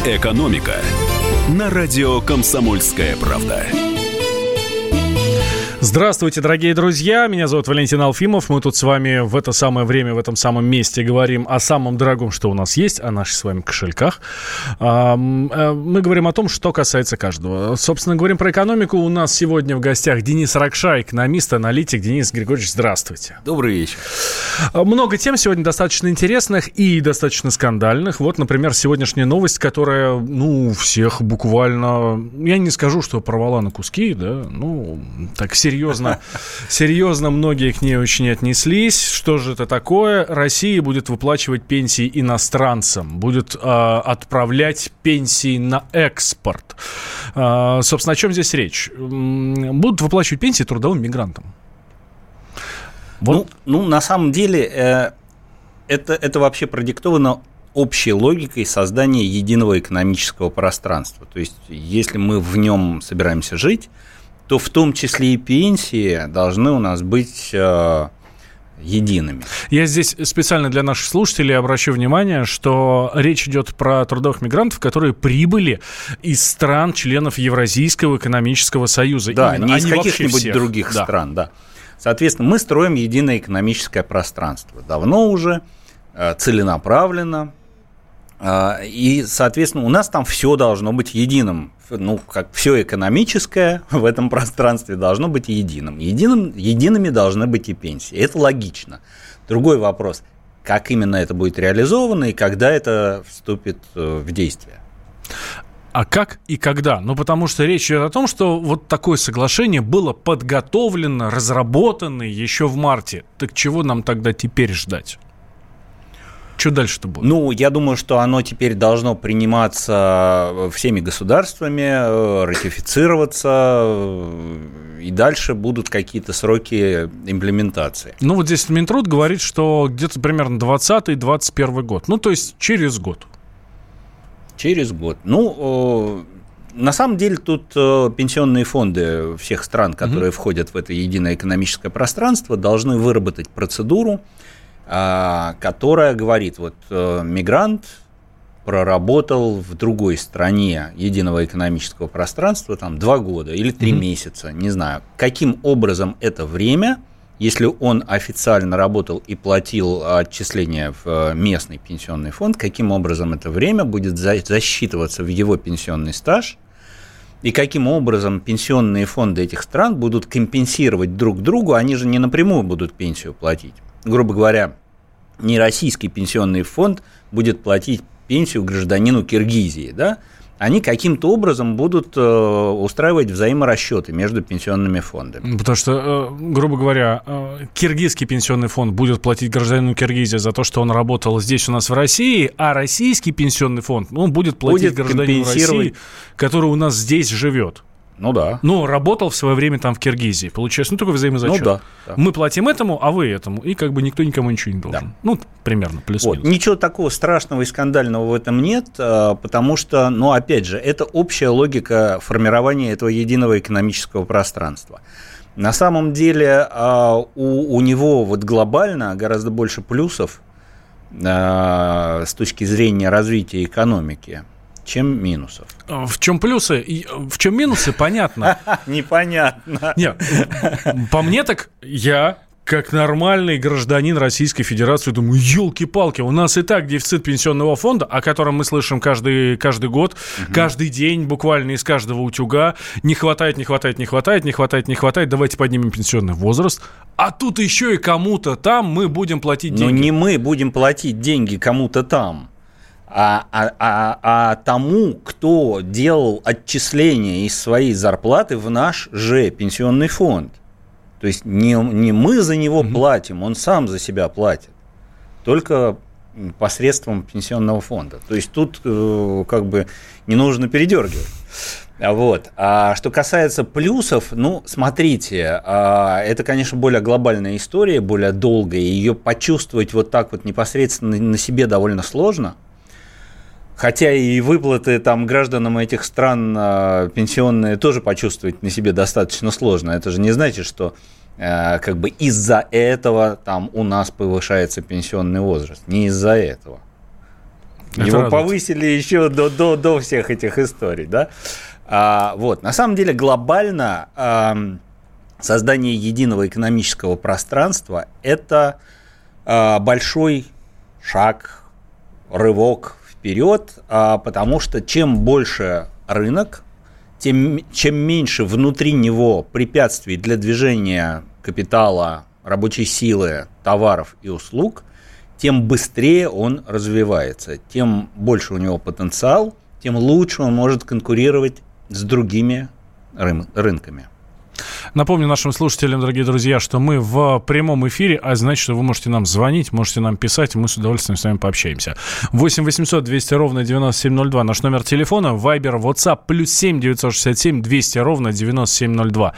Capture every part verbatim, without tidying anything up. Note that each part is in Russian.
«Экономика» на радио «Комсомольская правда». Здравствуйте, дорогие друзья, меня зовут Валентин Алфимов. Мы тут с вами в это самое время, в этом самом месте говорим о самом дорогом, что у нас есть, о наших с вами кошельках. Мы говорим о том, что касается каждого. Собственно, говорим про экономику. У нас сегодня в гостях Денис Ракша, экономист, аналитик. Денис Григорьевич, здравствуйте. Добрый вечер. Много тем сегодня достаточно интересных и достаточно скандальных. Вот, например, сегодняшняя новость, которая, ну, всех буквально, я не скажу, что порвала на куски, да, ну, так серьезно. Серьезно, серьезно многие к ней очень отнеслись. Что же это такое? Россия будет выплачивать пенсии иностранцам, будет э, отправлять пенсии на экспорт. Э, собственно, о чем здесь речь? Будут выплачивать пенсии трудовым мигрантам. Вот. Ну, ну, на самом деле, э, это, это вообще продиктовано общей логикой создания единого экономического пространства. То есть, если мы в нем собираемся жить, то в том числе и пенсии должны у нас быть э, едиными. Я здесь специально для наших слушателей обращу внимание, что речь идет про трудовых мигрантов, которые прибыли из стран, членов Евразийского экономического союза. Да, именно. не из Они каких-нибудь других да. стран, да. Соответственно, мы строим единое экономическое пространство. Давно уже, э, целенаправленно. Э, и, соответственно, у нас там все должно быть единым. Ну, как все экономическое в этом пространстве должно быть единым. Единым. Едиными должны быть и пенсии. Это логично. Другой вопрос, как именно это будет реализовано и когда это вступит в действие. А как и когда? Ну, потому что речь идет о том, что вот такое соглашение было подготовлено, разработано еще в марте. Так чего нам тогда теперь ждать? Что дальше-то будет? Ну, я думаю, что оно теперь должно приниматься всеми государствами, ратифицироваться, и дальше будут какие-то сроки имплементации. Ну, вот здесь Минтруд говорит, что где-то примерно двадцатый - двадцать первый год. Ну, то есть через год. Через год. Ну, на самом деле тут пенсионные фонды всех стран, которые угу. входят в это единое экономическое пространство, должны выработать процедуру, которая говорит, вот мигрант проработал в другой стране единого экономического пространства там два года или три mm-hmm. месяца, не знаю, каким образом это время, если он официально работал и платил отчисления в местный пенсионный фонд, каким образом это время будет засчитываться в его пенсионный стаж, и каким образом пенсионные фонды этих стран будут компенсировать друг другу, они же не напрямую будут пенсию платить. Грубо говоря, не российский пенсионный фонд будет платить пенсию гражданину Киргизии, да? Они каким-то образом будут э, устраивать взаиморасчеты между пенсионными фондами. Потому что, э, грубо говоря, э, киргизский пенсионный фонд будет платить гражданину Киргизии за то, что он работал здесь у нас в России, а российский пенсионный фонд ну, будет платить будет гражданину России, который у нас здесь живет. Ну да. Но работал в свое время там в Киргизии. Получается, ну, только взаимозачет. Ну да, да. Мы платим этому, а вы этому. И как бы никто никому ничего не должен. Да. Ну, примерно, плюс-минус. Вот. Ничего такого страшного и скандального в этом нет, потому что, ну, опять же, это общая логика формирования этого единого экономического пространства. На самом деле у, у него вот глобально гораздо больше плюсов с точки зрения развития экономики, чем минусов. В чем плюсы? В чем минусы, понятно. Непонятно. Нет, по мне так я, как нормальный гражданин Российской Федерации, думаю, елки-палки, у нас и так дефицит пенсионного фонда, о котором мы слышим каждый, каждый год, угу. каждый день, буквально из каждого утюга. Не хватает, не хватает, не хватает, не хватает, не хватает. Давайте поднимем пенсионный возраст. А тут еще и кому-то там мы будем платить деньги. Но не мы будем платить деньги кому-то там. А, а, а, а тому, кто делал отчисления из своей зарплаты в наш же пенсионный фонд. То есть не, не мы за него mm-hmm. платим, он сам за себя платит, только посредством пенсионного фонда. То есть тут э, как бы не нужно передергивать. Вот. А что касается плюсов, ну, смотрите, это, конечно, более глобальная история, более долгая, и ее почувствовать вот так вот непосредственно на себе довольно сложно. Хотя и выплаты там гражданам этих стран пенсионные тоже почувствовать на себе достаточно сложно. Это же не значит, что как бы из-за этого там у нас повышается пенсионный возраст. Не из-за этого. Это Его радует. Повысили еще до, до, до всех этих историй, да? А, вот. На самом деле глобально а, создание единого экономического пространства – это а, большой шаг, рывок вперед, а, потому что чем больше рынок, тем чем меньше внутри него препятствий для движения капитала, рабочей силы, товаров и услуг, тем быстрее он развивается, тем больше у него потенциал, тем лучше он может конкурировать с другими ры- рынками. Напомню нашим слушателям, дорогие друзья, что мы в прямом эфире, а значит, что вы можете нам звонить, можете нам писать, и мы с удовольствием с вами пообщаемся. восемь восемьсот двести ровно девяносто семь ноль два наш номер телефона, Вайбер, WhatsApp, плюс семь девятьсот шестьдесят семь двести ровно девяносто семь ноль два.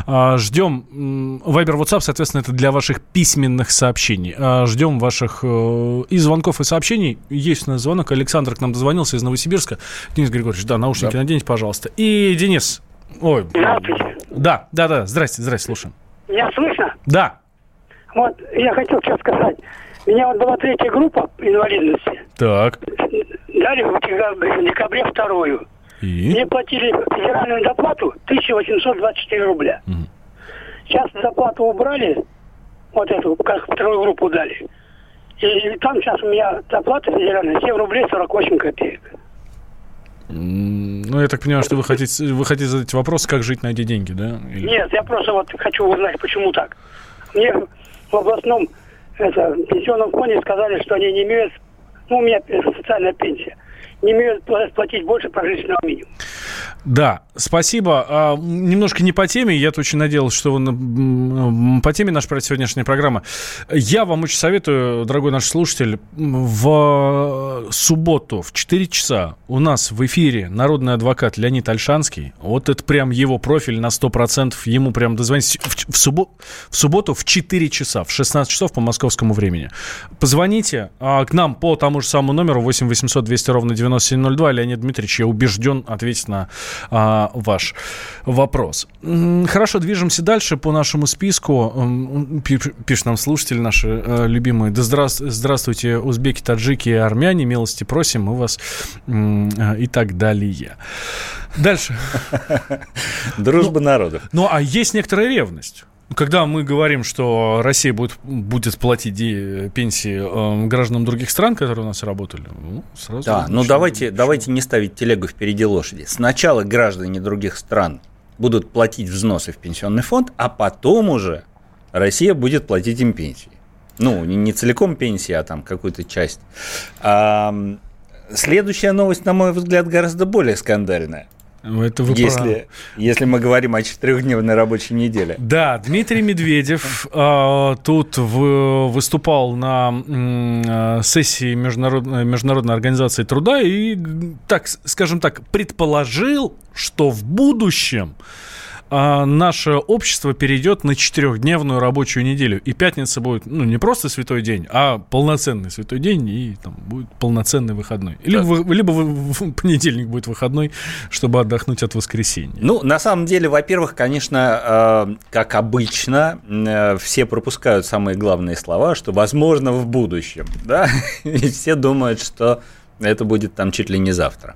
Ждем, Вайбер, WhatsApp, соответственно, это для ваших письменных сообщений. Ждем ваших и звонков, и сообщений. Есть у нас звонок, Александр к нам дозвонился из Новосибирска. Денис Григорьевич, да, наушники да. наденьте, пожалуйста. И Денис... Ой. Здравствуйте. Да, да, да. Здрасте, здрасте, слушаем. Меня слышно? Да. Вот, я хотел что сказать. У меня вот была третья группа инвалидности. Так. Дали в декабре вторую. И? Мне платили федеральную доплату тысяча восемьсот двадцать четыре рубля. Угу. Сейчас доплату убрали, вот эту, как вторую группу дали. И там сейчас у меня доплата федеральная семь рублей сорок восемь копеек. Ну, я так понимаю, что вы хотите, вы хотите задать вопрос, как жить на эти деньги, да? Или... Нет, я просто вот хочу узнать, почему так. Мне в областном это, пенсионном фонде сказали, что они не имеют, ну, у меня социальная пенсия, не имеют платить больше прожиточного минимума. Да, спасибо. А, немножко не по теме. Я-то очень надеялся, что вы по теме нашей сегодняшней программы. Я вам очень советую, дорогой наш слушатель, в субботу в четыре часа у нас в эфире народный адвокат Леонид Ольшанский. Вот это прям его профиль на сто процентов. Ему прям дозвонить в, в, суббо... в субботу в четыре часа, в шестнадцать часов по московскому времени. Позвоните а, к нам по тому же самому номеру восемь восемьсот двести ровно девяносто семь ноль два. Леонид Дмитриевич, я убежден, ответить на а, ваш вопрос. Хорошо, движемся дальше по нашему списку. Пишет нам слушатели наши а, любимые. Да здравствуйте, здравствуйте, узбеки, таджики и армяне. Милости просим, мы вас а, и так далее. Дальше. Дружба народов. Ну, а есть некоторая ревность. Когда мы говорим, что Россия будет, будет платить пенсии э, гражданам других стран, которые у нас работали, ну, сразу... Да, ну давайте, давайте не ставить телегу впереди лошади. Сначала граждане других стран будут платить взносы в пенсионный фонд, а потом уже Россия будет платить им пенсии. Ну, не целиком пенсии, а там какую-то часть. А, следующая новость, на мой взгляд, гораздо более скандальная. Это вы если, если мы говорим о четырехдневной рабочей неделе. Да, Дмитрий Медведев э, тут в, выступал на э, сессии Международной, Международной организации труда и, так, скажем так, предположил, что в будущем э, наше общество перейдет на четырехдневную рабочую неделю. И пятница будет, ну, не просто святой день, а полноценный святой день, и там будет полноценный выходной. Либо, да. либо в, в понедельник будет выходной, чтобы отдохнуть от воскресенья. Ну, на самом деле, во-первых, конечно, э, как обычно, э, все пропускают самые главные слова, что возможно в будущем, да, и все думают, что это будет там чуть ли не завтра.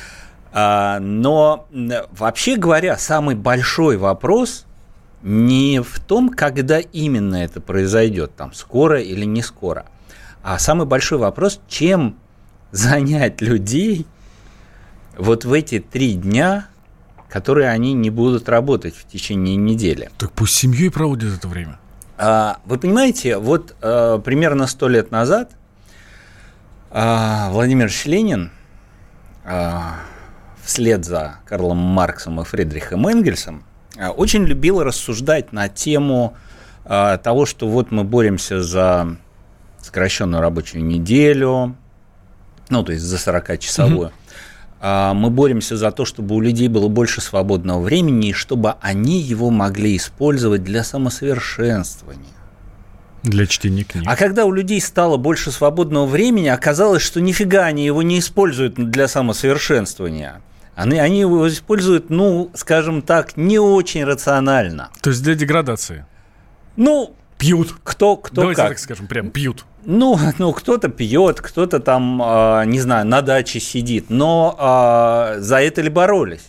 Но, вообще говоря, самый большой вопрос не в том, когда именно это произойдет, там, скоро или не скоро, а самый большой вопрос, чем занять людей вот в эти три дня, которые они не будут работать в течение недели. Так пусть с семьей проводят это время. Вы понимаете, вот примерно сто лет назад Владимир Ильич Ленин вслед за Карлом Марксом и Фридрихом Энгельсом очень любил рассуждать на тему того, что вот мы боремся за сокращенную рабочую неделю, ну, то есть за сорокачасовую. Mm-hmm. Мы боремся за то, чтобы у людей было больше свободного времени, и чтобы они его могли использовать для самосовершенствования. Для чтения книг. А когда у людей стало больше свободного времени, оказалось, что нифига они его не используют для самосовершенствования. Они, они его используют, ну, скажем так, не очень рационально. То есть для деградации? Ну, Пьют. Кто, кто Давайте как. так скажем, прям пьют. Ну, ну, кто-то пьет, кто-то там, э, не знаю, на даче сидит. Но э, за это ли боролись?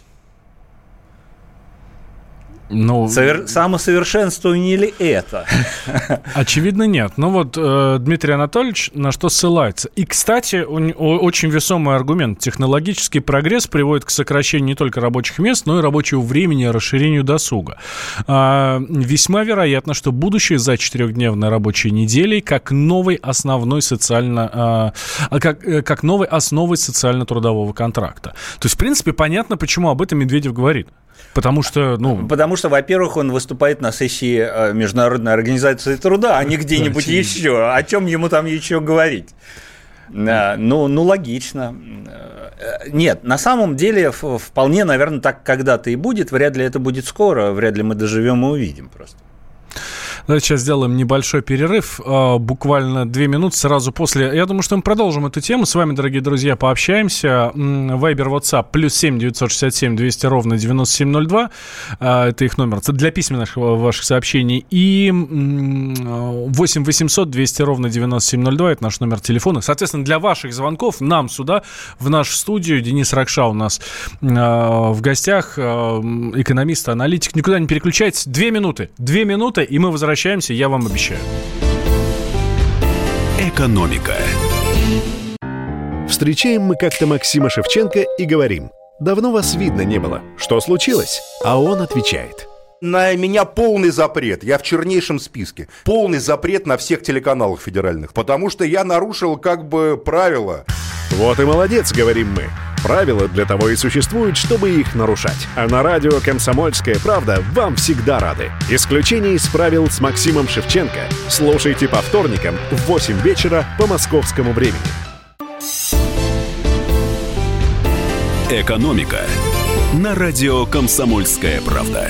Ну, Совер... Самосовершенствование ли это? Очевидно, нет. Ну вот э, Дмитрий Анатольевич на что ссылается. И, кстати, у, у, очень весомый аргумент. Технологический прогресс приводит к сокращению не только рабочих мест, но и рабочего времени, расширению досуга. Э, весьма вероятно, что будущее за четырехдневной рабочей неделей как новой основной социально... Э, как, э, как новой основой социально-трудового контракта. То есть, в принципе, понятно, почему об этом Медведев говорит. Потому что, ну... Потому что, во-первых, он выступает на сессии Международной организации труда, а не где-нибудь еще. О чем ему там еще говорить? Ну, ну, логично. Нет, на самом деле, вполне, наверное, так когда-то и будет. Вряд ли это будет скоро, вряд ли мы доживем и увидим просто. Давайте сейчас сделаем небольшой перерыв, буквально две минуты сразу после. Я думаю, что мы продолжим эту тему. С вами, дорогие друзья, пообщаемся. Вайбер, WhatsApp, плюс семь девятьсот шестьдесят семь двести ровно девяносто семь ноль два. Это их номер для письменных ваших сообщений. И восемь восемьсот двести ровно девяносто семь ноль два. Это наш номер телефона. Соответственно, для ваших звонков нам сюда, в нашу студию. Денис Ракша у нас в гостях. Экономист, аналитик. Никуда не переключайтесь. Две минуты. Две минуты, и мы возвращаемся. Возвращаемся, я вам обещаю. Экономика. Встречаем мы как-то Максима Шевченко и говорим: давно вас видно не было. Что случилось? А он отвечает: на меня полный запрет, я в чернейшем списке. Полный запрет на всех телеканалах федеральных, потому что я нарушил как бы правила. Вот и молодец, говорим мы. Правила для того и существуют, чтобы их нарушать. А на радио «Комсомольская правда» вам всегда рады. Исключение из правил с Максимом Шевченко. Слушайте по вторникам в восемь вечера по московскому времени. Экономика на радио «Комсомольская правда».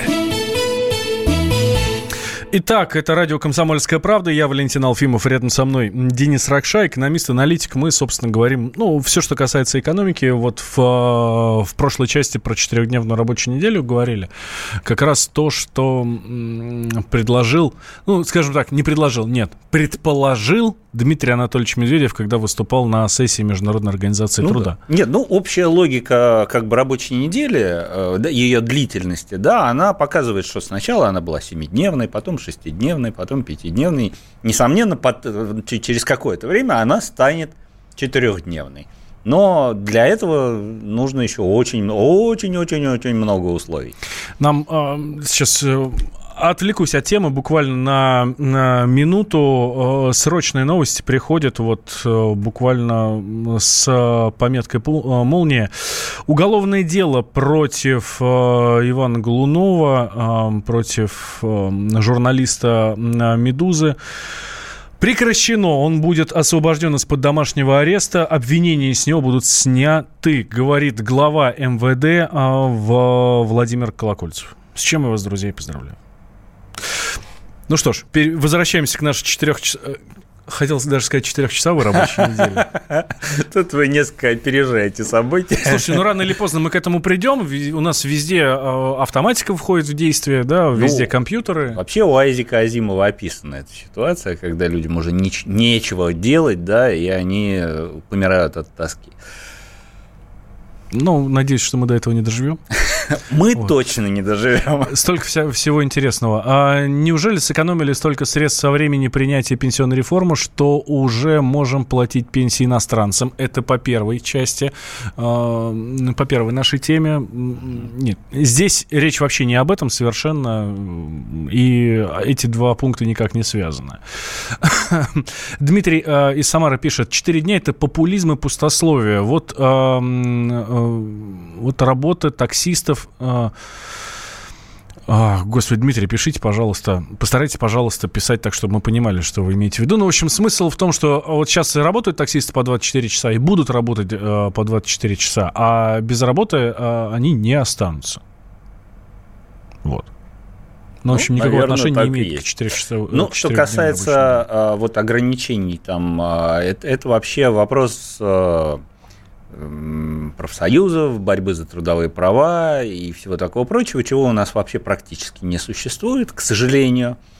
Итак, это радио «Комсомольская правда». Я Валентин Алфимов, рядом со мной Денис Ракша, экономист, аналитик. Мы, собственно, говорим, ну, все, что касается экономики. Вот в, в прошлой части про четырехдневную рабочую неделю говорили. Как раз то, что предложил, ну, скажем так, не предложил, нет, предположил Дмитрий Анатольевич Медведев, когда выступал на сессии Международной организации ну, труда. Да. Нет, ну, общая логика как бы рабочей недели, да, ее длительности, да, она показывает, что сначала она была семидневной, потом шестидневной, потом пятидневной. Несомненно, под, через какое-то время она станет четырехдневной. Но для этого нужно еще очень-очень-очень-очень много условий. Нам э, сейчас... Э, Отвлекусь от темы буквально на, на минуту. Срочные новости приходят вот буквально с пометкой «Молния». Уголовное дело против Ивана Голунова, против журналиста «Медузы» прекращено. Он будет освобожден из-под домашнего ареста. Обвинения с него будут сняты, говорит глава эм вэ дэ Владимир Колокольцев. С чем я вас, друзья, поздравляю. Ну что ж, возвращаемся к нашей четырех... Хотел даже сказать четырехчасовой рабочей неделе. Тут вы несколько опережаете события. Слушайте, ну рано или поздно мы к этому придем. У нас везде автоматика входит в действие, да, везде ну, компьютеры. Вообще у Айзека Азимова описана эта ситуация, когда людям уже неч- нечего делать, да, и они помирают от тоски. Ну, надеюсь, что мы до этого не доживем. Мы вот. Точно не доживем. Столько вся, всего интересного. А неужели сэкономили столько средств со времени принятия пенсионной реформы, что уже можем платить пенсии иностранцам? Это по первой части, по первой нашей теме. Нет, здесь речь вообще не об этом совершенно, и эти два пункта никак не связаны. Дмитрий из Самары пишет: четыре дня – это популизм и пустословие. Вот, вот работа таксистов. А, а, господи, Дмитрий, пишите, пожалуйста. Постарайтесь, пожалуйста, писать так, чтобы мы понимали, что вы имеете в виду. Ну, в общем, смысл в том, что вот сейчас работают таксисты по двадцать четыре часа и будут работать э, по двадцать четыре часа, а без работы э, они не останутся. Вот. Ну, в общем, никакого наверное, отношения не имеет к четырехчасовой. Ну, что касается а, вот ограничений, там, а, это, это вообще вопрос... А, профсоюзов, борьбы за трудовые права и всего такого прочего, чего у нас вообще практически не существует, к сожалению.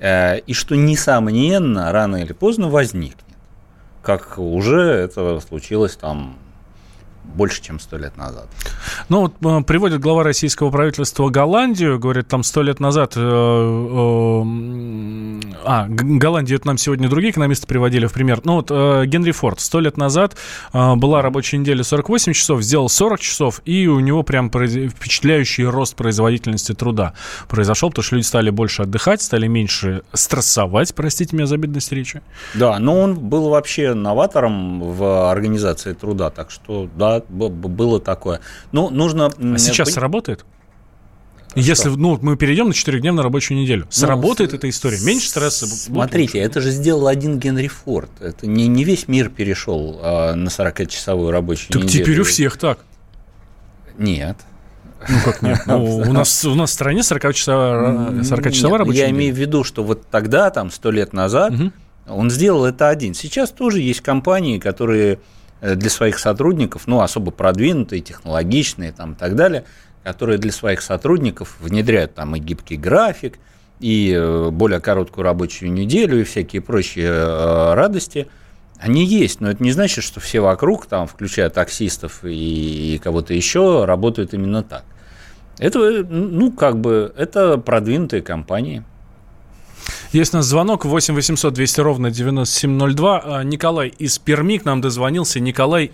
и что, несомненно, рано или поздно возникнет, как уже это случилось там больше, чем сто лет назад. Ну, вот приводит глава российского правительства Голландию, говорит, там сто лет назад... Э, э, а, Голландию это нам сегодня другие экономисты приводили в пример. Ну, вот э, Генри Форд сто лет назад э, была рабочая неделя сорок восемь часов, сделал сорок часов, и у него прям произ... впечатляющий рост производительности труда произошел, потому что люди стали больше отдыхать, стали меньше стрессовать, простите меня за обидность речи. Да, но он был вообще новатором в организации труда, так что, да, было такое. Ну, нужно... А сейчас пон... сработает? Что? Если ну, мы перейдем на четырехдневную рабочую неделю, сработает ну, эта история? Меньше стресса? Смотрите, это же сделал один Генри Форд. Это не, не весь мир перешел а, на сорокачасовую рабочую так неделю. Так теперь у всех так. Нет. Ну как нет? Ну, у, нас, у нас в стране сорокачасовая рабочая Я неделя. имею в виду, что вот тогда, там, сто лет назад, угу. он сделал это один. Сейчас тоже есть компании, которые... для своих сотрудников, ну, особо продвинутые, технологичные там, и так далее, которые для своих сотрудников внедряют там и гибкий график, и более короткую рабочую неделю, и всякие прочие радости, они есть, но это не значит, что все вокруг, там, включая таксистов и кого-то еще, работают именно так. Это, ну, как бы, это продвинутые компании. Есть у нас звонок восемь восемьсот двести ровно девяносто семь ноль два. Николай из Перми к нам дозвонился. Николай...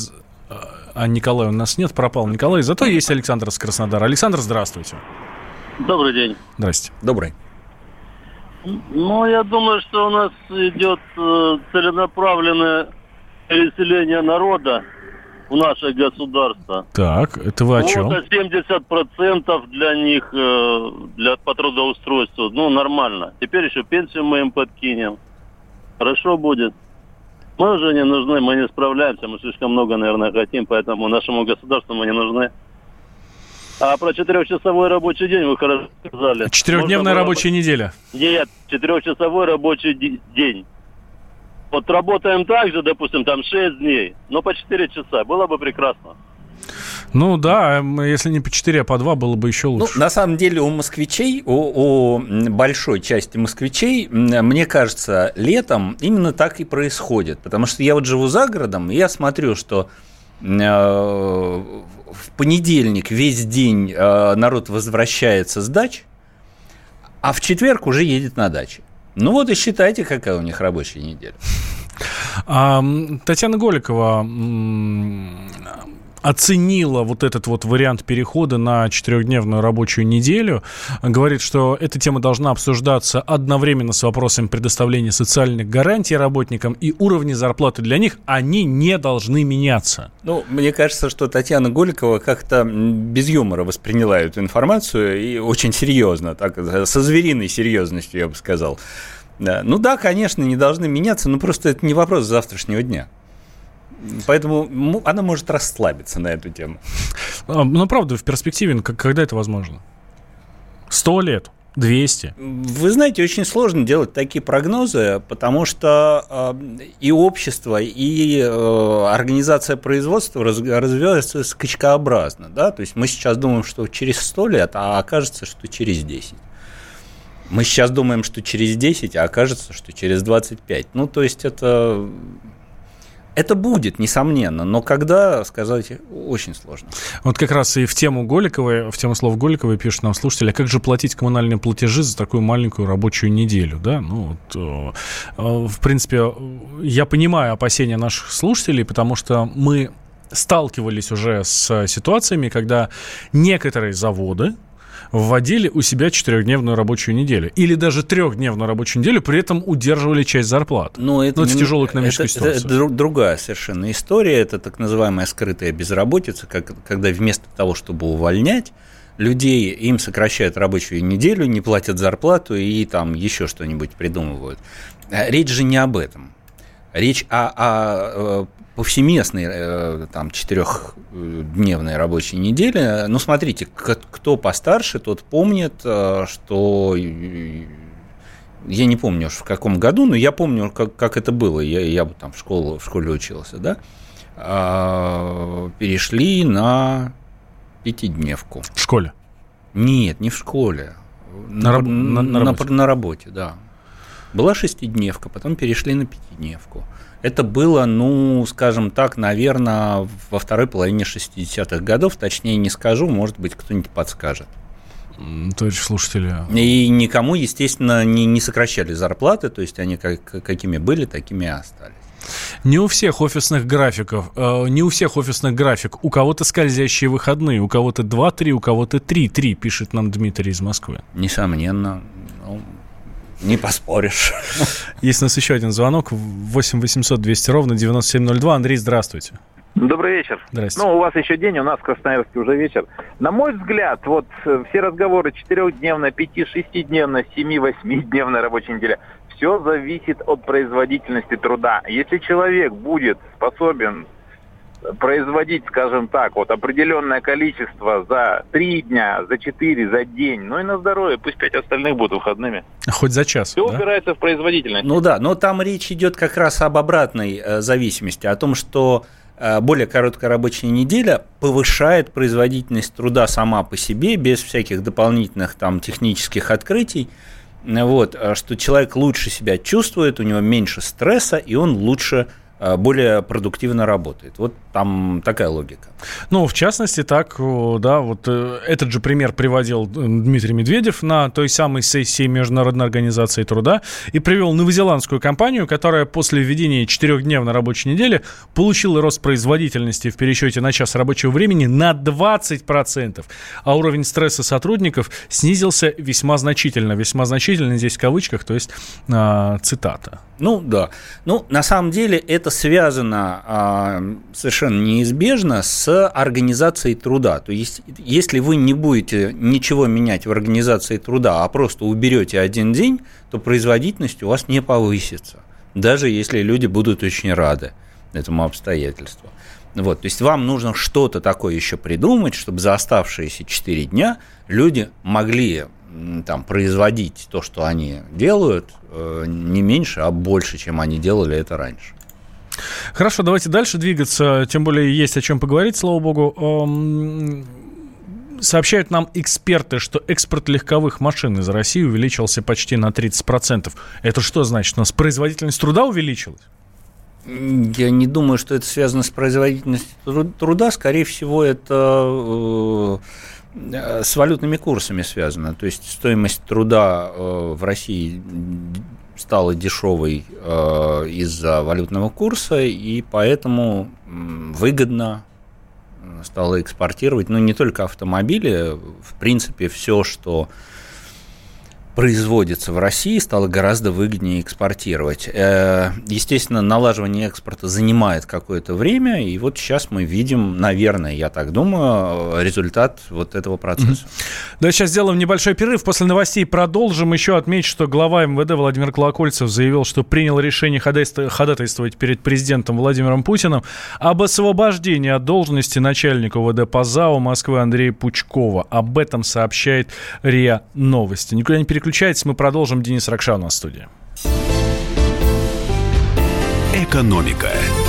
А Николая у нас нет, пропал Николай. Зато есть Александр из Краснодара. Александр, здравствуйте. Добрый день. Здрасте. Добрый. Ну, я думаю, что у нас идет целенаправленное переселение народа в наше государство. Так, это вы о чем? Вот семьдесят процентов для них, для, по трудоустройству, ну, нормально. Теперь еще пенсию мы им подкинем. Хорошо будет. Мы уже не нужны, мы не справляемся, мы слишком много, наверное, хотим, поэтому нашему государству мы не нужны. А про четырехчасовой рабочий день вы хорошо сказали. Четырехдневная рабочая раб... неделя. Нет, четырехчасовой рабочий день. Вот работаем так же, допустим, там шесть дней, но по четыре часа. Было бы прекрасно. Ну да, если не по четыре, а по два, было бы еще лучше. Ну, на самом деле у москвичей, у, у большой части москвичей, мне кажется, летом именно так и происходит. Потому что я вот живу за городом, и я смотрю, что э, в понедельник весь день э, народ возвращается с дач, а в четверг уже едет на даче. Ну вот и считайте, какая у них рабочая неделя. А, Татьяна Голикова оценила вот этот вот вариант перехода на четырехдневную рабочую неделю. Говорит, что эта тема должна обсуждаться одновременно с вопросом предоставления социальных гарантий работникам и уровня зарплаты для них. Они не должны меняться. Ну, мне кажется, что Татьяна Голикова как-то без юмора восприняла эту информацию и очень серьезно, так, со звериной серьезностью, я бы сказал. Да. Ну да, конечно, не должны меняться, но просто это не вопрос завтрашнего дня. Поэтому она может расслабиться на эту тему. Ну, правда, в перспективе, когда это возможно? Сто лет? двести? Вы знаете, очень сложно делать такие прогнозы, потому что и общество, и организация производства развиваются скачкообразно. Да? То есть мы сейчас думаем, что через сто лет, а окажется, что через десять. Мы сейчас думаем, что через десять, а окажется, что через двадцать пять. Ну, то есть это... Это будет, несомненно, но когда, сказать, очень сложно. Вот как раз и в тему Голиковой, в тему слов Голиковой пишет нам слушатель, а как же платить коммунальные платежи за такую маленькую рабочую неделю, да? Ну, вот, в принципе, я понимаю опасения наших слушателей, потому что мы сталкивались уже с ситуациями, когда некоторые заводы вводили у себя четырехдневную рабочую неделю. Или даже трехдневную рабочую неделю, при этом удерживали часть зарплат. Но это, ну, это не, тяжелая экономическая это, ситуация. Это, это другая совершенно история. Это так называемая скрытая безработица, как, когда вместо того, чтобы увольнять людей, им сокращают рабочую неделю, не платят зарплату и там еще что-нибудь придумывают. Речь же не об этом. Речь о, о повсеместной там, четырехдневной рабочей неделе. Ну, смотрите, кто постарше, тот помнит, что... Я не помню уж в каком году, но я помню, как, как это было. Я, я там в, школу, в школе учился, да? Перешли на пятидневку. В школе? Нет, не в школе. на, на, на, на, работе. на работе, да. Была шестидневка, потом перешли на пятидневку. Это было, ну, скажем так, наверное, во второй половине шестидесятых годов, точнее не скажу, может быть, кто-нибудь подскажет. Товарищ слушатели. И никому, естественно, не, не сокращали зарплаты, то есть они как, какими были, такими и остались. Не у всех офисных графиков, э, не у всех офисных график. У кого-то скользящие выходные, у кого-то два-три, у кого-то три-три, пишет нам Дмитрий из Москвы. Несомненно. Ну, не поспоришь. Есть у нас еще один звонок. восемь восемьсот двести ровно девяносто семь ноль два. Андрей, здравствуйте. Добрый вечер. Здравствуйте. Ну, у вас еще день, у нас в Красноярске уже вечер. На мой взгляд, вот все разговоры четырехдневная, пяти-шестидневная, семи-восьмидневная рабочая неделя, все зависит от производительности труда. Если человек будет способен производить, скажем так, вот определенное количество за три дня, за четыре, за день, ну и на здоровье, пусть пять остальных будут выходными. Хоть за час. Все да? упирается в производительность. Ну да, но там речь идет как раз об обратной э, зависимости, о том, что э, более короткая рабочая неделя повышает производительность труда сама по себе, без всяких дополнительных там технических открытий. Вот, что человек лучше себя чувствует, у него меньше стресса, и он лучше, более продуктивно работает. Вот там такая логика. Ну, в частности, так, да, вот этот же пример приводил Дмитрий Медведев на той самой сессии Международной организации труда и привел новозеландскую компанию, которая после введения четырехдневной рабочей недели получила рост производительности в пересчете на час рабочего времени на двадцать процентов, а уровень стресса сотрудников снизился весьма значительно. Весьма значительно здесь в кавычках, то есть э, цитата. Ну, да. Ну, на самом деле это связано э, совершенно неизбежно с организацией труда. То есть, если вы не будете ничего менять в организации труда, а просто уберете один день, то производительность у вас не повысится, даже если люди будут очень рады этому обстоятельству. Вот, то есть вам нужно что-то такое еще придумать, чтобы за оставшиеся четыре дня люди могли там производить то, что они делают, не меньше, а больше, чем они делали это раньше. Хорошо, давайте дальше двигаться, тем более есть о чем поговорить, слава богу. Сообщают нам эксперты, что экспорт легковых машин из России увеличился почти на тридцать процентов. Это что значит? У нас производительность труда увеличилась? Я не думаю, что это связано с производительностью труда. Скорее всего, это с валютными курсами связано. То есть стоимость труда в России стала дешевой из-за валютного курса, и поэтому выгодно стало экспортировать, ну, не только автомобили, в принципе, все, что производится в России, стало гораздо выгоднее экспортировать. Естественно, налаживание экспорта занимает какое-то время, и вот сейчас мы видим, наверное, я так думаю, результат вот этого процесса. Mm-hmm. Да, сейчас сделаем небольшой перерыв. После новостей продолжим. Еще отмечу, что глава эм вэ дэ Владимир Колокольцев заявил, что принял решение ходатайствовать перед президентом Владимиром Путиным об освобождении от должности начальника о вэ дэ по ЗАО Москвы Андрея Пучкова. Об этом сообщает РИА Новости. Никуда не переключайтесь. Переключайтесь, мы продолжим. Денис Ракша у нас в студии. Экономика.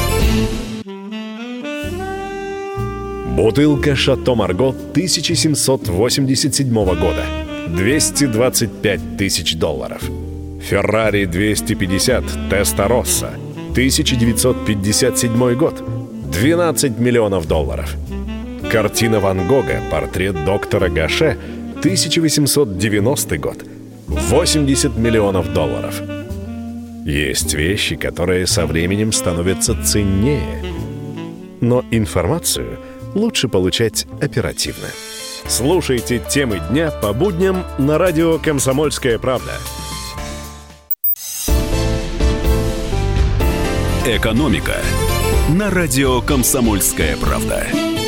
Бутылка «Шато Марго» тысяча семьсот восемьдесят седьмого года. двести двадцать пять тысяч долларов. «Феррари двести пятьдесят Теста-Росса» тысяча девятьсот пятьдесят седьмой год. двенадцать миллионов долларов. Картина Ван Гога «Портрет доктора Гаше» тысяча восемьсот девяностый год. восемьдесят миллионов долларов. Есть вещи, которые со временем становятся ценнее. Но информацию лучше получать оперативно. Слушайте темы дня по будням на радио «Комсомольская правда». Экономика на радио «Комсомольская правда».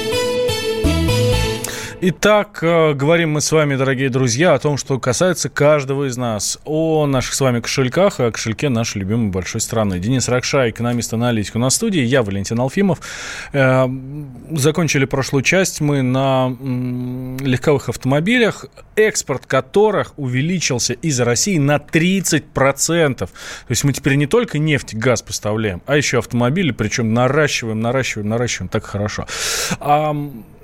Итак, говорим мы с вами, дорогие друзья, о том, что касается каждого из нас, о наших с вами кошельках и о кошельке нашей любимой большой страны. Денис Ракша, экономист-аналитик у нас в студии, я Валентин Алфимов. Закончили прошлую часть мы на легковых автомобилях, экспорт которых увеличился из России на тридцать процентов. То есть мы теперь не только нефть, газ поставляем, а еще автомобили, причем наращиваем, наращиваем, наращиваем так хорошо.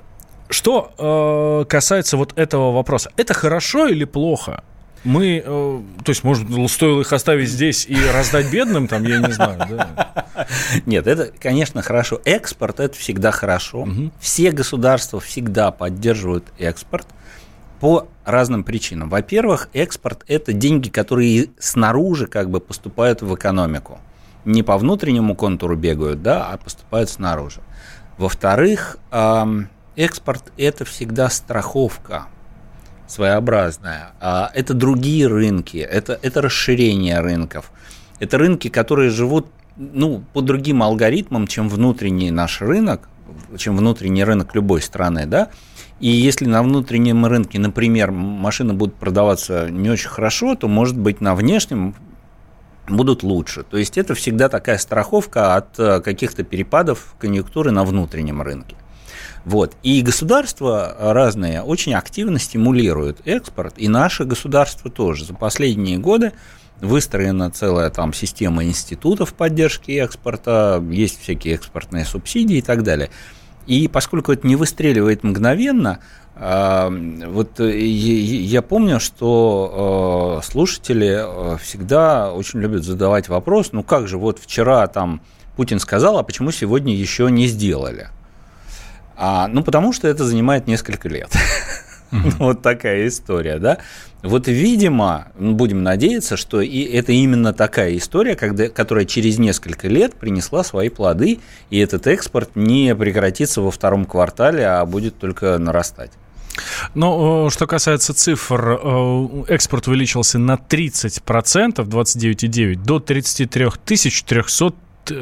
Что э, касается вот этого вопроса, это хорошо или плохо? Мы, э, то есть, может, стоило их оставить здесь и раздать бедным, там, я не знаю, да? Нет, это, конечно, хорошо. Экспорт – это всегда хорошо. Угу. Все государства всегда поддерживают экспорт по разным причинам. Во-первых, экспорт – это деньги, которые снаружи как бы поступают в экономику. Не по внутреннему контуру бегают, да, а поступают снаружи. Во-вторых, э, экспорт – это всегда страховка своеобразная. Это другие рынки, это, это расширение рынков. Это рынки, которые живут ну, по другим алгоритмам, чем внутренний наш рынок, чем внутренний рынок любой страны. Да? И если на внутреннем рынке, например, машины будут продаваться не очень хорошо, то, может быть, на внешнем будут лучше. То есть это всегда такая страховка от каких-то перепадов конъюнктуры на внутреннем рынке. Вот. И государства разные очень активно стимулируют экспорт, и наше государство тоже. За последние годы выстроена целая там система институтов поддержки экспорта, есть всякие экспортные субсидии и так далее. И поскольку это не выстреливает мгновенно, вот я помню, что слушатели всегда очень любят задавать вопрос, ну как же, вот вчера там Путин сказал, а почему сегодня еще не сделали? А, ну, потому что это занимает несколько лет. Mm-hmm. Вот такая история, да. Вот, видимо, будем надеяться, что и это именно такая история, когда, которая через несколько лет принесла свои плоды, и этот экспорт не прекратится во втором квартале, а будет только нарастать. Но что касается цифр, экспорт увеличился на тридцать процентов, двадцать девять целых девять десятых, до тридцать три тысячи триста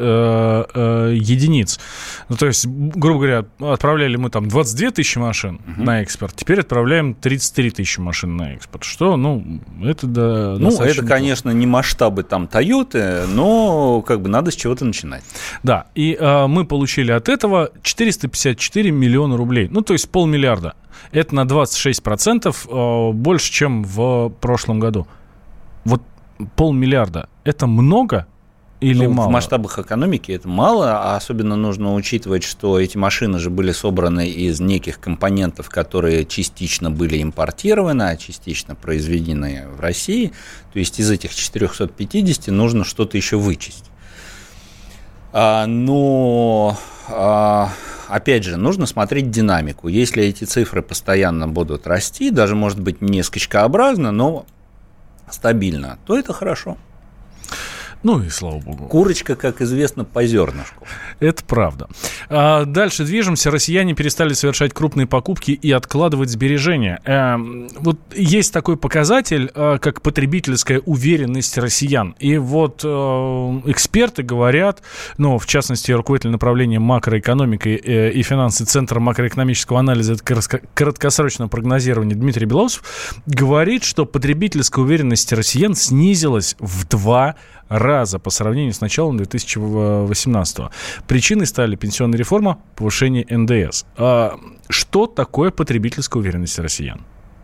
единиц. Ну, то есть, грубо говоря, отправляли мы там двадцать две тысячи машин uh-huh. на экспорт, теперь отправляем тридцать три тысячи машин на экспорт. Что, ну, это да, ну, это, конечно, не масштабы там Toyota, но как бы надо с чего-то начинать. Да, и э, мы получили от этого четыреста пятьдесят четыре миллиона рублей, ну, то есть полмиллиарда. Это на двадцать шесть процентов э, больше, чем в прошлом году. Вот полмиллиарда – это много? Или ну, мало? В масштабах экономики это мало, а особенно нужно учитывать, что эти машины же были собраны из неких компонентов, которые частично были импортированы, а частично произведены в России. То есть из этих четырехсот пятидесяти нужно что-то еще вычесть. А, но, а, опять же, нужно смотреть динамику. Если эти цифры постоянно будут расти, даже, может быть, не скачкообразно, но стабильно, то это хорошо. Ну и слава богу. Курочка, как известно, по зернышку. Это правда. А дальше движемся. Россияне перестали совершать крупные покупки и откладывать сбережения. А, вот есть такой показатель, а, как потребительская уверенность россиян. И вот а, эксперты говорят, ну, в частности, руководитель направления макроэкономики и, и финансы Центра макроэкономического анализа и краткосрочного прогнозирования Дмитрий Белоусов говорит, что потребительская уверенность россиян снизилась в два раза по сравнению с началом две тысячи восемнадцатого. Причиной стали пенсионная реформа, повышение эн дэ эс. А что такое потребительская уверенность россиян?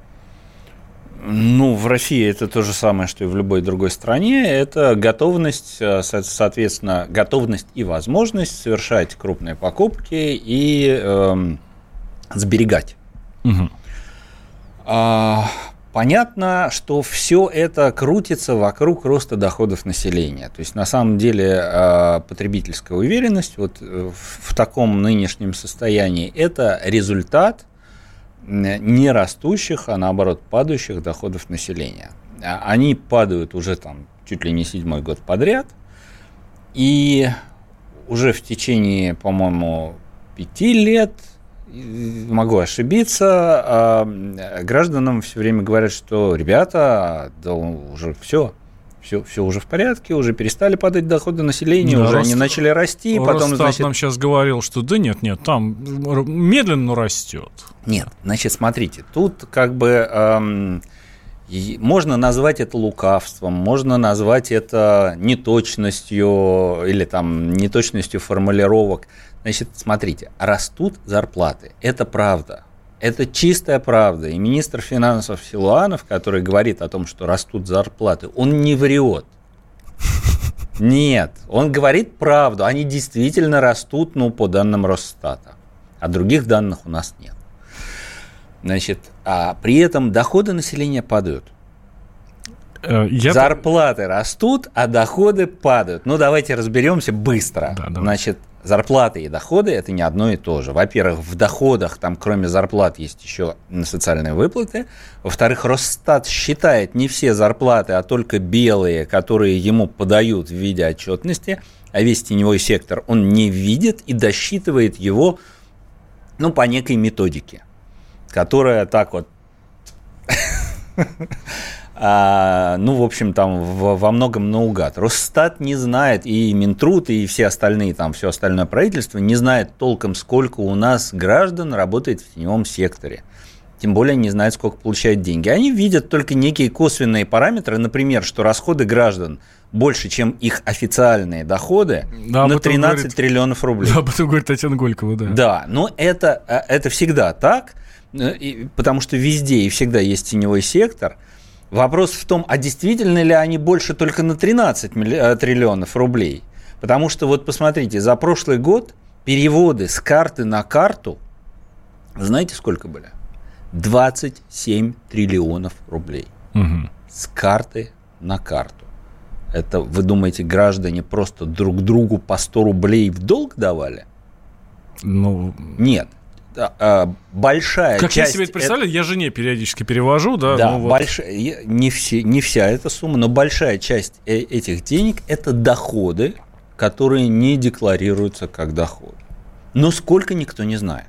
Ну, в России это то же самое, что и в любой другой стране. Это готовность, соответственно, готовность и возможность совершать крупные покупки и э, сберегать. Угу. А, понятно, что все это крутится вокруг роста доходов населения. То есть, на самом деле, потребительская уверенность вот в таком нынешнем состоянии – это результат не растущих, а наоборот падающих доходов населения. Они падают уже там чуть ли не седьмой год подряд, и уже в течение, по-моему, пяти лет, могу ошибиться, а гражданам все время говорят, что ребята, да уже все, все, все уже в порядке, уже перестали падать доходы населения, да, уже Рост... они начали расти. Росстат потом, значит... нам сейчас говорил, что да нет, нет, там медленно растет. Нет, значит, смотрите, тут как бы эм, можно назвать это лукавством, можно назвать это неточностью или там неточностью формулировок. Значит, смотрите, растут зарплаты, это правда, это чистая правда. И министр финансов Силуанов, который говорит о том, что растут зарплаты, он не врет. Нет, он говорит правду, они действительно растут, ну, по данным Росстата, а других данных у нас нет. Значит, а при этом доходы населения падают. Я... Зарплаты растут, а доходы падают. Ну, давайте разберемся быстро. Да, Значит, зарплаты и доходы – это не одно и то же. Во-первых, в доходах, там, кроме зарплат, есть еще социальные выплаты. Во-вторых, Росстат считает не все зарплаты, а только белые, которые ему подают в виде отчетности, а весь теневой сектор он не видит и досчитывает его, ну, по некой методике, которая так вот... А, ну, в общем, там в, во многом наугад. Росстат не знает, и Минтруд, и все остальные, там, все остальное правительство не знает толком, сколько у нас граждан работает в теневом секторе. Тем более не знают, сколько получают деньги. Они видят только некие косвенные параметры, например, что расходы граждан больше, чем их официальные доходы, да, на тринадцать говорит, триллионов рублей. Да, об этом говорит Татьяна Голикова, да. Да, но это, это всегда так, потому что везде и всегда есть теневой сектор. Вопрос в том, а действительно ли они больше только на тринадцать триллионов рублей? Потому что, вот посмотрите, за прошлый год переводы с карты на карту, знаете, сколько были? двадцать семь триллионов рублей. Угу. С карты на карту. Это, вы думаете, граждане просто друг другу по сто рублей в долг давали? Ну... Нет. Большая как часть... я себе это представляю, это... я жене периодически перевожу, да? Да, ну вот. большая, не, все, не вся эта сумма, но большая часть этих денег – это доходы, которые не декларируются как доход. Но сколько, никто не знает.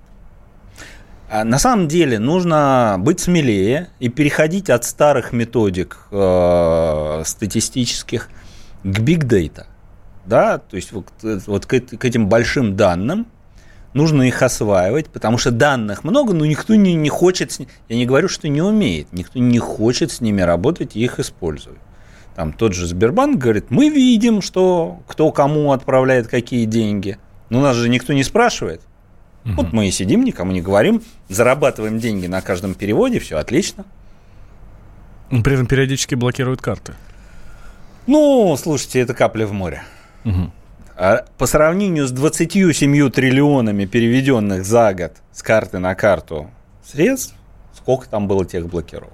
А на самом деле нужно быть смелее и переходить от старых методик э, статистических к big data. Да? То есть вот, вот к, к этим большим данным. Нужно их осваивать, потому что данных много, но никто не, не хочет, я не говорю, что не умеет, никто не хочет с ними работать и их использовать. Там тот же Сбербанк говорит, мы видим, что кто кому отправляет какие деньги. Но нас же никто не спрашивает. Угу. Вот мы и сидим, никому не говорим, зарабатываем деньги на каждом переводе, все отлично. При этом периодически блокируют карты. Ну, слушайте, это капля в море. Угу. А по сравнению с двадцатью семью триллионами переведенных за год с карты на карту средств, сколько там было тех блокировок?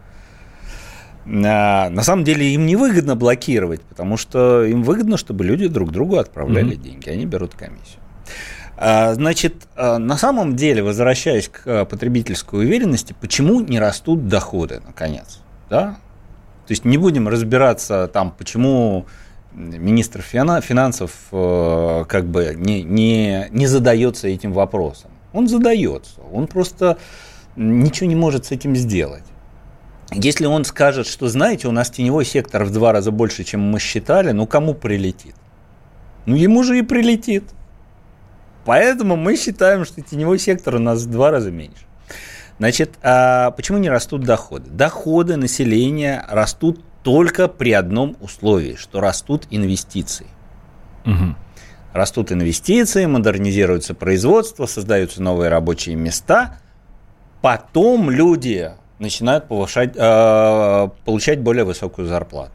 А, на самом деле им невыгодно блокировать, потому что им выгодно, чтобы люди друг другу отправляли mm-hmm. деньги, они берут комиссию. А, значит, на самом деле, возвращаясь к потребительской уверенности, почему не растут доходы, наконец? Да? То есть не будем разбираться, там, почему... Министр финансов э, как бы не, не, не задается этим вопросом. Он задается, он просто ничего не может с этим сделать. Если он скажет, что, знаете, у нас теневой сектор в два раза больше, чем мы считали, ну кому прилетит? Ну ему же и прилетит. Поэтому мы считаем, что теневой сектор у нас в два раза меньше. Значит, а почему не растут доходы? Доходы населения растут только при одном условии, что растут инвестиции. Угу. Растут инвестиции, модернизируется производство, создаются новые рабочие места. Потом люди начинают повышать, э, получать более высокую зарплату.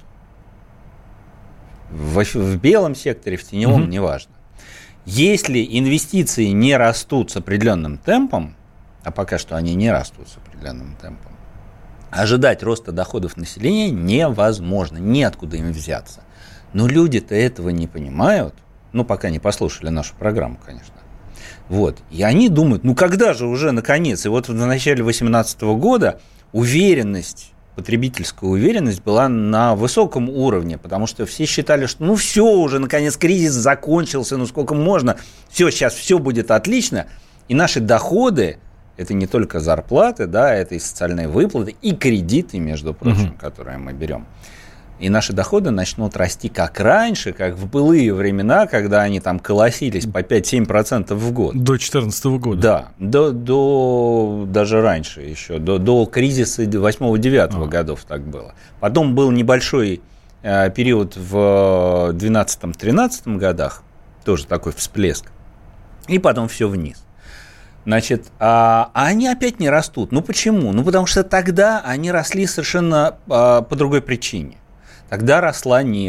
В, в белом секторе, в теневом, угу. неважно. Если инвестиции не растут с определенным темпом, а пока что они не растут с определенным темпом, ожидать роста доходов населения невозможно, неоткуда им взяться. Но люди-то этого не понимают, ну, пока не послушали нашу программу, конечно. Вот. И они думают, ну, когда же уже, наконец? И вот в начале две тысячи восемнадцатого года уверенность, потребительская уверенность была на высоком уровне, потому что все считали, что, ну, все уже, наконец, кризис закончился, ну, сколько можно, все, сейчас все будет отлично, и наши доходы, это не только зарплаты, да, это и социальные выплаты, и кредиты, между прочим, угу. которые мы берем. И наши доходы начнут расти как раньше, как в былые времена, когда они там колосились по пять-семь процентов в год. До две тысячи четырнадцатого года. Да, до, до даже раньше еще, до, до кризиса восьмого-девятого а. годов так было. Потом был небольшой э, период в двенадцатом-тринадцатом годах, тоже такой всплеск, и потом все вниз. Значит, а, а они опять не растут. Ну почему? Ну потому что тогда они росли совершенно а, по другой причине. Тогда росла нефть,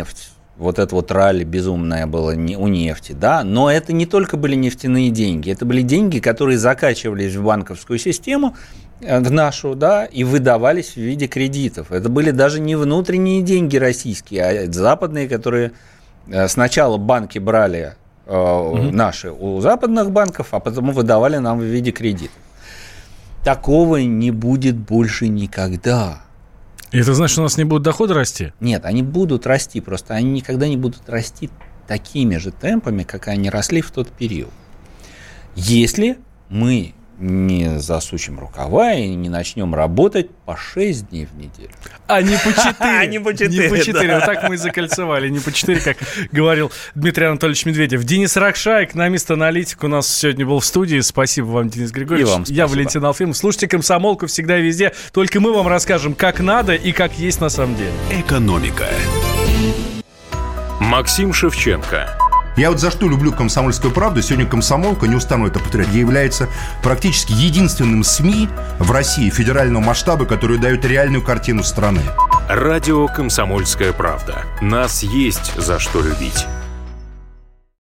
Вот это вот ралли безумное было у нефти, да, но это не только были нефтяные деньги, это были деньги, которые закачивались в банковскую систему, в нашу, да, и выдавались в виде кредитов. Это были даже не внутренние деньги российские, а западные, которые сначала банки брали э, mm-hmm. наши у западных банков, а потом выдавали нам в виде кредитов. Такого не будет больше никогда. И это значит, что у нас не будут доходы расти? Нет, они будут расти, просто они никогда не будут расти такими же темпами, как они росли в тот период. Если мы не засучим рукава и не начнем работать по шесть дней в неделю. А не по четыре. А не по четыре, Не по четыре. Вот так мы и закольцевали. Не по четыре, как говорил Дмитрий Анатольевич Медведев. Денис Ракша, экономист-аналитик, у нас сегодня был в студии. Спасибо вам, Денис Григорьевич. И вам спасибо. Я Валентин Алфимов. Слушайте «Комсомолку» всегда и везде. Только мы вам расскажем, как надо и как есть на самом деле. Экономика. Максим Шевченко. Я вот за что люблю «Комсомольскую правду». Сегодня «Комсомолка», не устану это повторять, является практически единственным СМИ в России федерального масштаба, который дает реальную картину страны. Радио «Комсомольская правда». Нас есть за что любить.